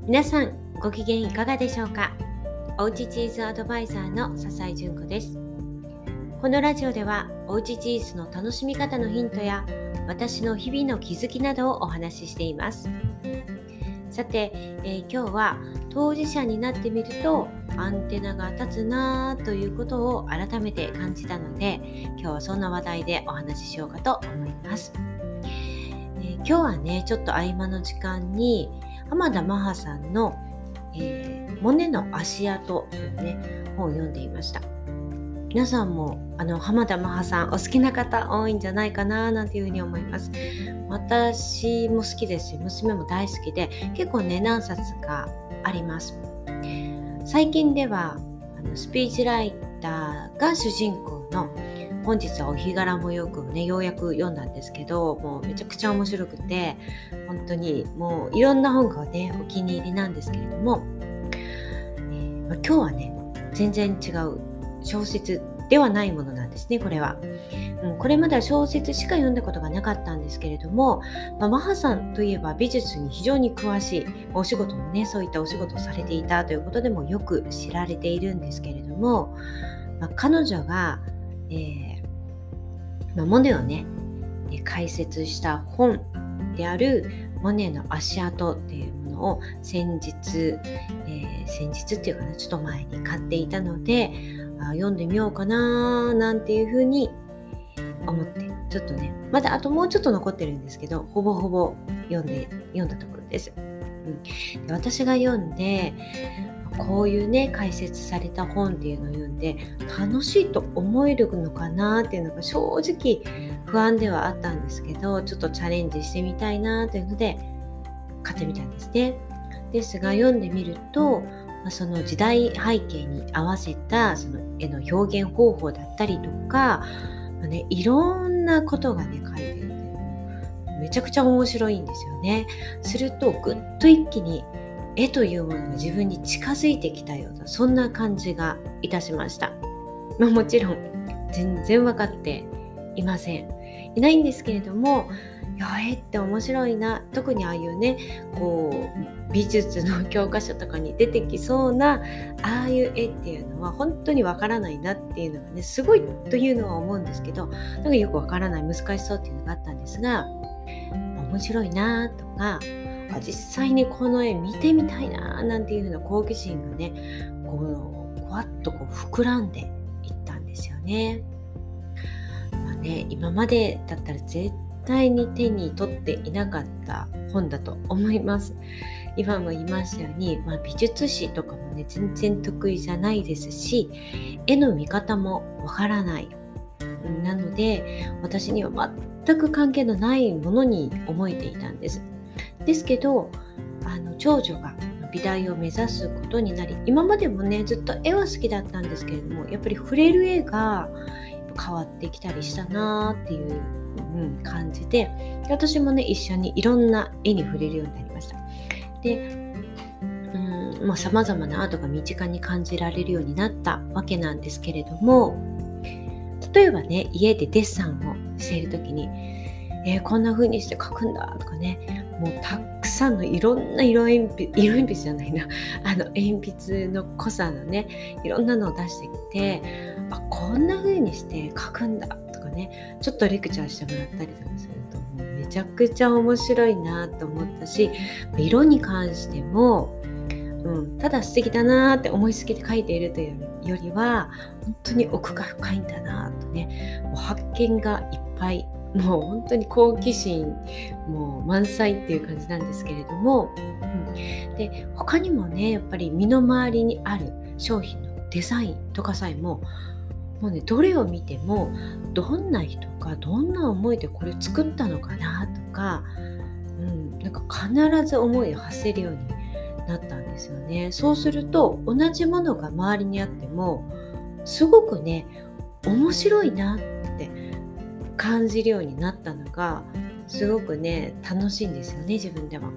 皆さんご機嫌いかがでしょうか。おうちチーズアドバイザーの笹井純子です。このラジオではおうちチーズの楽しみ方のヒントや私の日々の気づきなどをお話ししています。さて、今日は当事者になってみるとアンテナが立つなということを改めて感じたので、今日はそんな話題でお話ししようかと思います。今日はね、ちょっと合間の時間に浜田マハさんの、モネの足跡というね本を読んでいました。皆さんも浜田マハさんお好きな方多いんじゃないかななんていうふうに思います。私も好きですし、娘も大好きで結構ね何冊かあります。最近ではスピーチライターが主人公の本日はお日柄もよくね、ようやく読んだんですけど、もうめちゃくちゃ面白くて、本当にもういろんな本がねお気に入りなんですけれども、今日はね全然違う小説ではないものなんですね。これは、これまでは小説しか読んだことがなかったんですけれども、マハさんといえば美術に非常に詳しい、お仕事もねそういったお仕事をされていたということでもよく知られているんですけれども、彼女が、モネをね解説した本であるモネの足跡っていうものを先日っていうかな、ちょっと前に買っていたので、読んでみようかななんていうふうに思って、ちょっとねまだあともうちょっと残ってるんですけど、ほぼほぼ読んだところです。で、私が読んでこういうね解説された本っていうのを読んで楽しいと思えるのかなっていうのが正直不安ではあったんですけど、ちょっとチャレンジしてみたいなというので買ってみたんですね。ですが読んでみると、その時代背景に合わせたその絵の表現方法だったりとか、いろんなことがね書いていてめちゃくちゃ面白いんですよね。するとぐっと一気に絵というものが自分に近づいてきたような、そんな感じがいたしました。もちろん全然分かっていないんですけれども、絵って面白いな、特にああいうねこう美術の教科書とかに出てきそうなああいう絵っていうのは本当に分からないなっていうのがね、すごいというのは思うんですけど、なんかよく分からない、難しそうっていうのがあったんですが、面白いなとか、実際にこの絵見てみたいななんていう風な好奇心がねこうわっとこう膨らんでいったんですよね。今までだったら絶対に手に取っていなかった本だと思います。今も言いましたように、美術史とかもね全然得意じゃないですし、絵の見方もわからないなので、私には全く関係のないものに思えていたんです。ですけど長女が美大を目指すことになり、今までもねずっと絵は好きだったんですけれども、やっぱり触れる絵が変わってきたりしたなっていう、感じで、私もね一緒にいろんな絵に触れるようになりました。で、様々なアートが身近に感じられるようになったわけなんですけれども、例えばね家でデッサンをしている時に、こんな風にして描くんだとかね、もうたくさんのいろんな色鉛筆じゃないな鉛筆の濃さのねいろんなのを出してきて、こんな風にして描くんだとかね、ちょっとレクチャーしてもらったりとかすると、もうめちゃくちゃ面白いなと思ったし、色に関してもただ素敵だなって思いつきで描いているというよりは、本当に奥が深いんだなとね、もう発見がいっぱい、もう本当に好奇心もう満載っていう感じなんですけれども、で他にもねやっぱり身の回りにある商品のデザインとかさえもうねどれを見てもどんな人がどんな思いでこれ作ったのかなとか、なんか必ず思いを馳せるようになったんですよね。そうすると同じものが周りにあってもすごくね面白いなって感じるようになったのがすごくね楽しいんですよね、自分でも。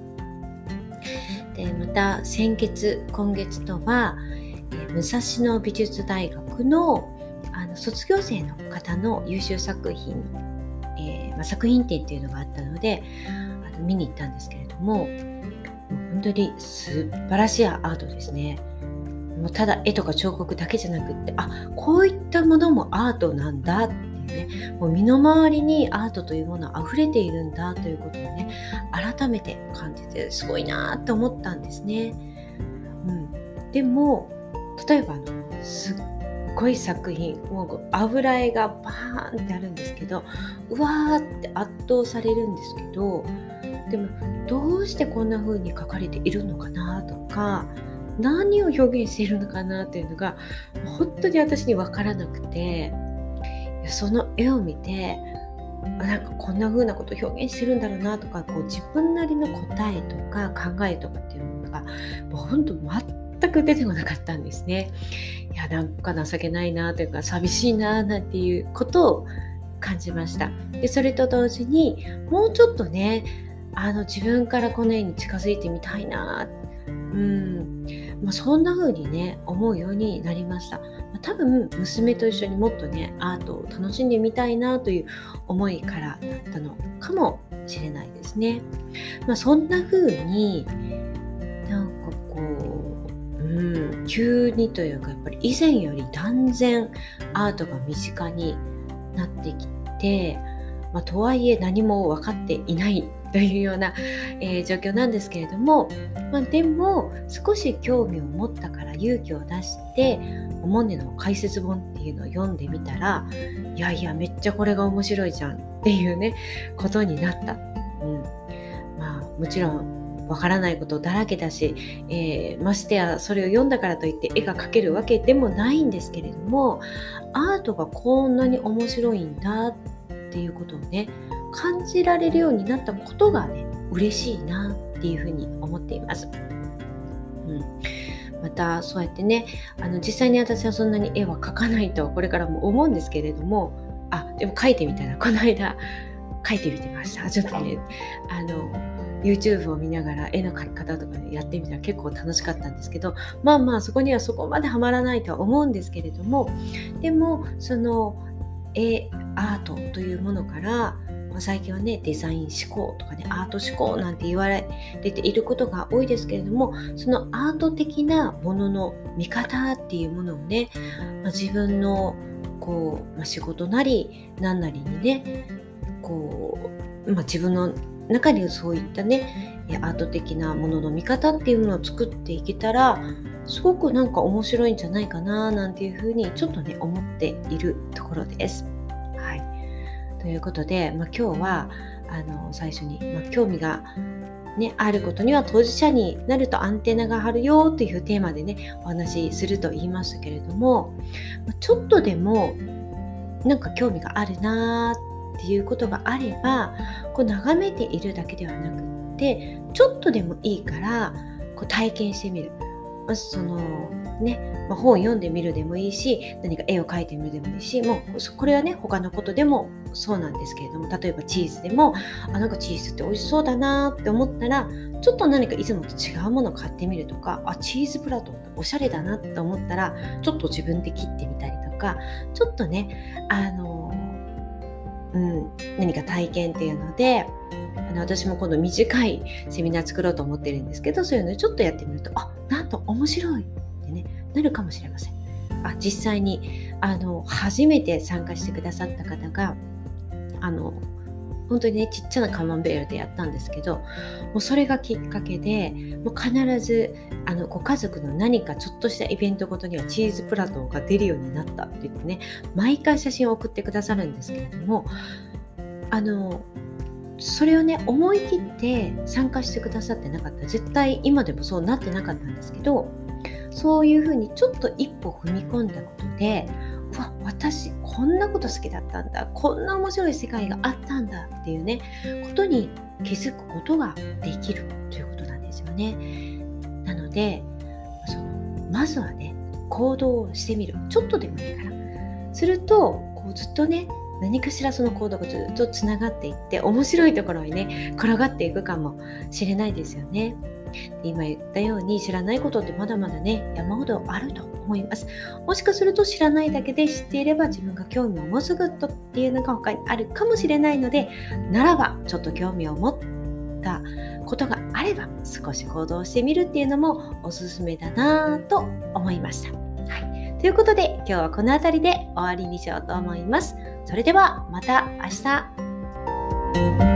でまた今月とは、武蔵野美術大学の卒業生の方の優秀作品、作品展っていうのがあったので見に行ったんですけれども、 う本当に素晴らしいアートですね。もうただ絵とか彫刻だけじゃなくって、こういったものもアートなんだっていうね、もう身の回りにアートというものは溢れているんだということをね、改めて感じてすごいなって思ったんですね。でも例えばすっごい作品、もう油絵がバーンってあるんですけど、うわーって圧倒されるんですけど、でもどうしてこんな風に描かれているのかなとか、何を表現しているのかなっていうのが本当に私に分からなくて、その絵を見てなんかこんな風なことを表現してるんだろうなとか、こう自分なりの答えとか考えとかっていうのがもう本当全く出てこなかったんですね。いや、なんか情けないなというか寂しいななんていうことを感じました。でそれと同時にもうちょっとね、自分からこの絵に近づいてみたいな、そんな風にね思うようになりました。多分娘と一緒にもっとねアートを楽しんでみたいなという思いからだったのかもしれないですね。そんな風になんかこう、急にというかやっぱり以前より断然アートが身近になってきて、とはいえ何も分かっていないというような、状況なんですけれども、でも少し興味を持ったから勇気を出してモネの解説本っていうのを読んでみたら、いやいやめっちゃこれが面白いじゃんっていうねことになった。もちろんわからないことだらけだし、ましてやそれを読んだからといって絵が描けるわけでもないんですけれども、アートがこんなに面白いんだっていうことをね感じられるようになったことがね嬉しいなっていうふうに思っています。またそうやってね実際に私はそんなに絵は描かないとこれからも思うんですけれども、でも描いてみたらこの間描いてみてました。ちょっとねYouTube を見ながら絵の描き方とか、やってみたら結構楽しかったんですけど、そこにはそこまでハマらないとは思うんですけれども、でもそのアートというものから、最近はねデザイン思考とかねアート思考なんて言われていることが多いですけれども、そのアート的なものの見方っていうものをね、自分のこう、仕事なり何なりにねこう、自分の中にそういったねアート的なものの見方っていうものを作っていけたらすごくなんか面白いんじゃないかななんていうふうにちょっとね思っているところです。ということで、今日は最初に、興味が、あることには当事者になるとアンテナが張るよというテーマでねお話しすると言いましたけれども、ちょっとでもなんか興味があるなっていうことがあれば、こう眺めているだけではなくってちょっとでもいいからこう体験してみる。本を読んでみるでもいいし、何か絵を描いてみるでもいいし、もうこれはね他のことでもそうなんですけれども、例えばチーズでもなんかチーズって美味しそうだなって思ったらちょっと何かいつもと違うものを買ってみるとか、チーズプラトンっておしゃれだなって思ったらちょっと自分で切ってみたりとか、ちょっとね何か体験っていうので私も今度短いセミナー作ろうと思ってるんですけど、そういうのをちょっとやってみるとなんと面白いってねなるかもしれません。実際に初めて参加してくださった方が本当にねちっちゃなカマンベールでやったんですけど、もうそれがきっかけでもう必ずご家族の何かちょっとしたイベントごとにはチーズプラトンが出るようになったって言ってね毎回写真を送ってくださるんですけれども、それをね思い切って参加してくださってなかったら絶対今でもそうなってなかったんですけど、そういうふうにちょっと一歩踏み込んだことで、私こんなこと好きだったんだ、こんな面白い世界があったんだっていうねことに気づくことができるということなんですよね。なのでまずはね行動をしてみる、ちょっとでもいいからするとこうずっとね何かしらその行動がずっとつながっていって面白いところにね転がっていくかもしれないですよね。今言ったように知らないことってまだまだね山ほどあると思います。もしかすると知らないだけで知っていれば自分が興味を持つことっていうのが他にあるかもしれないので、ならばちょっと興味を持っったことがあれば少し行動してみるっていうのもおすすめだなと思いました。はい、ということで今日はこの辺りで終わりにしようと思います。それではまた明日。